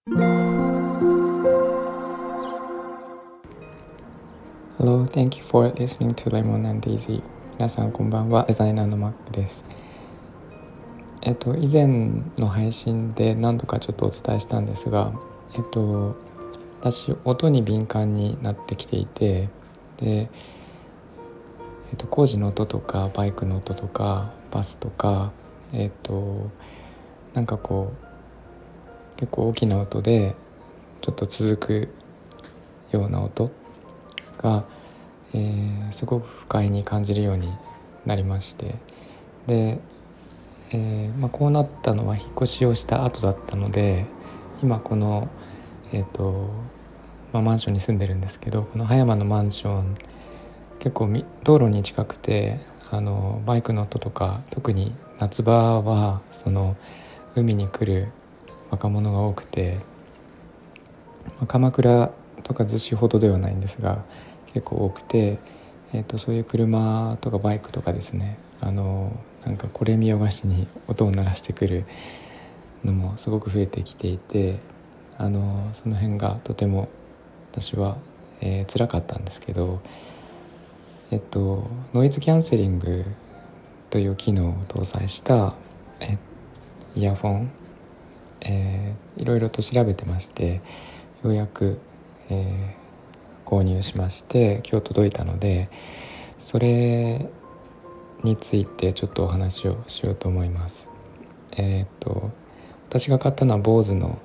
Hello, thank you for listening to Lemon and Easy. 皆さんこんばんは、デザイナーのマックです。以前の配信で何度かちょっとお伝えしたんですが、私音に敏感になってきていて、で、工事の音とかバイクの音とかバスとか、なんかこう結構大きな音でちょっと続くような音が、すごく不快に感じるようになりまして、で、こうなったのは引っ越しをした後だったので、今この、マンションに住んでるんですけど、この葉山のマンション結構道路に近くて、バイクの音とか、特に夏場はその海に来る若者が多くて、鎌倉とか逗子ほどではないんですが結構多くて、そういう車とかバイクとかですね、なんかこれ見よがしに音を鳴らしてくるのもすごく増えてきていて、その辺がとても私は、辛かったんですけど、ノイズキャンセリングという機能を搭載した、イヤフォン、いろいろと調べてまして、ようやく、購入しまして、今日届いたので、それについてちょっとお話をしようと思います。私が買ったのは BOSE の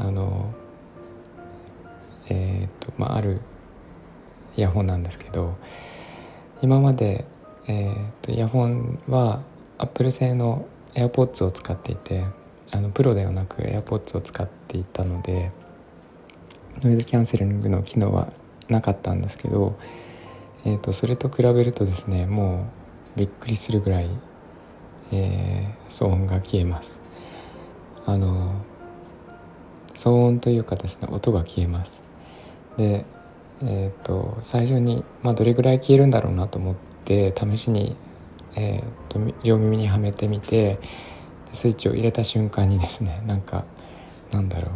あるイヤホンなんですけど、今まで、イヤホンは Apple 製の AirPods を使っていて、プロではなく AirPods を使っていたのでノイズキャンセリングの機能はなかったんですけど、それと比べるとですね、もうびっくりするぐらい、騒音が消えます。騒音というかですね、音が消えます。で、最初に、どれぐらい消えるんだろうなと思って試しに、両耳にはめてみて、スイッチを入れた瞬間にですね、なんだろう、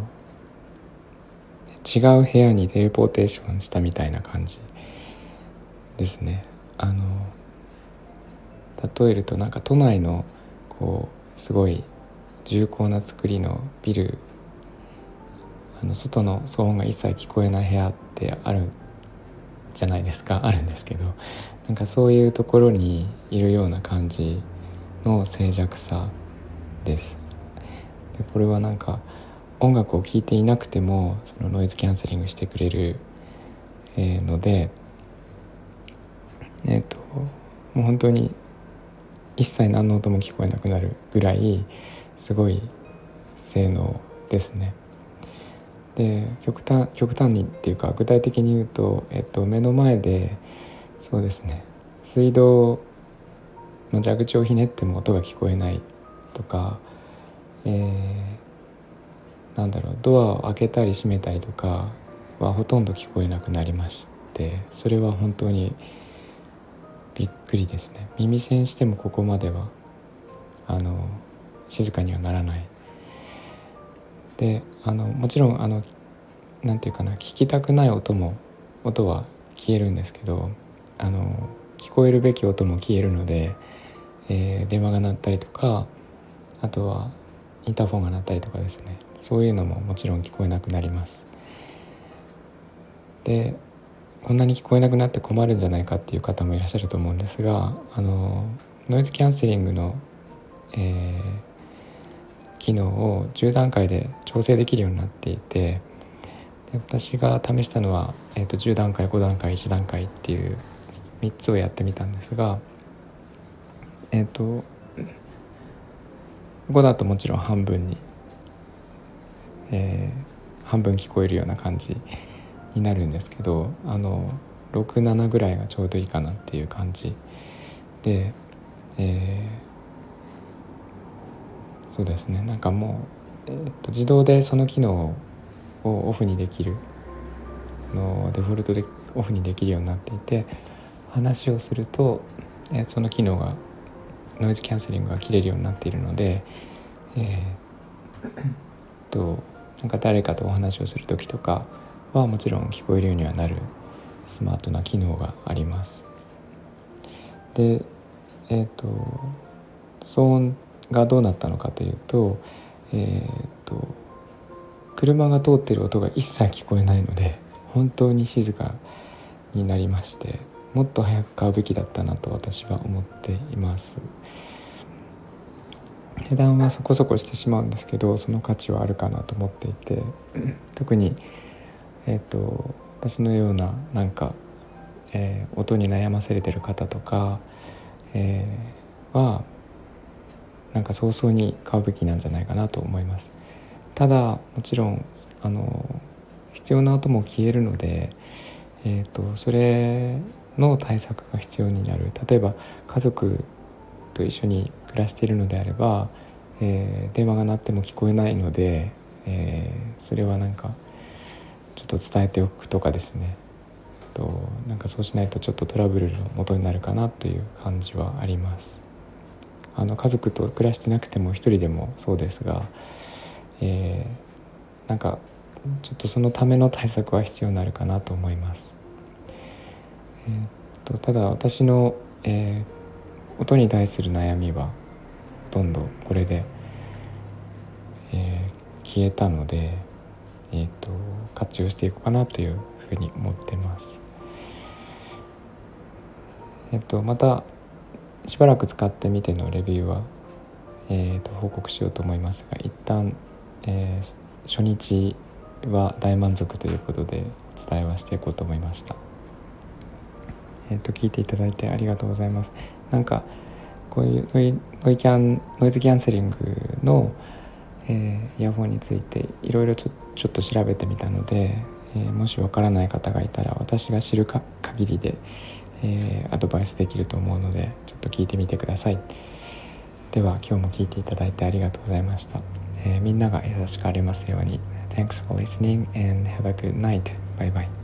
違う部屋にテレポーテーションしたみたいな感じですね。例えると、なんか都内のこうすごい重厚な作りのビル、外の騒音が一切聞こえない部屋ってあるじゃないですか。あるんですけど、なんかそういうところにいるような感じの静寂さです。でこれはなんか音楽を聴いていなくてもそのノイズキャンセリングしてくれる、ので、もう本当に一切何の音も聞こえなくなるぐらいすごい性能ですね。で極端にっていうか、具体的に言うと、目の前でそうですね、水道の蛇口をひねっても音が聞こえないとか、ドアを開けたり閉めたりとかはほとんど聞こえなくなりまして、それは本当にびっくりですね。耳栓してもここまでは静かにはならない。でもちろんなんていうかな、聞きたくない音は消えるんですけど、聞こえるべき音も消えるので、電話が鳴ったりとか、あとはインターフォンが鳴ったりとかですね、そういうのももちろん聞こえなくなります。でこんなに聞こえなくなって困るんじゃないかっていう方もいらっしゃると思うんですが、ノイズキャンセリングの、機能を10段階で調整できるようになっていて、で私が試したのは、10段階5段階1段階っていう3つをやってみたんですが、5だともちろん半分に、半分聞こえるような感じになるんですけど、6、7ぐらいがちょうどいいかなっていう感じで、そうですね、なんかもう、自動でその機能をオフにできるデフォルトでオフにできるようになっていて、話をすると、その機能がノイズキャンセリングが切れるようになっているので、 なんか誰かとお話をする時とかはもちろん聞こえるようにはなるスマートな機能があります。で、騒音がどうなったのかというと、車が通っている音が一切聞こえないので本当に静かになりまして、もっと早く買うべきだったなと私は思っています。値段はそこそこしてしまうんですけど、その価値はあるかなと思っていて、特に、私のような音に悩まされている方とか、は早々に買うべきなんじゃないかなと思います。ただもちろん必要な音も消えるので、それの対策が必要になる。例えば家族と一緒に暮らしているのであれば、電話が鳴っても聞こえないので、それはちょっと伝えておくとかですね、そうしないとちょっとトラブルの元になるかなという感じはあります。家族と暮らしてなくても一人でもそうですが、ちょっとそのための対策は必要になるかなと思います。ただ私の、音に対する悩みはほとんどこれで、消えたので、活用していこうかなというふうに思ってます。またしばらく使ってみてのレビューは、報告しようと思いますが、一旦、初日は大満足ということでお伝えはしていこうと思いました。聞いていただいてありがとうございます。こういうノイズキャンセリングの、イヤホンについていろいろちょっと調べてみたので、もしわからない方がいたら私が知る限りで、アドバイスできると思うのでちょっと聞いてみてください。では今日も聞いていただいてありがとうございました。みんなが優しくありますように。Thanks for listening and have a good night. Bye bye.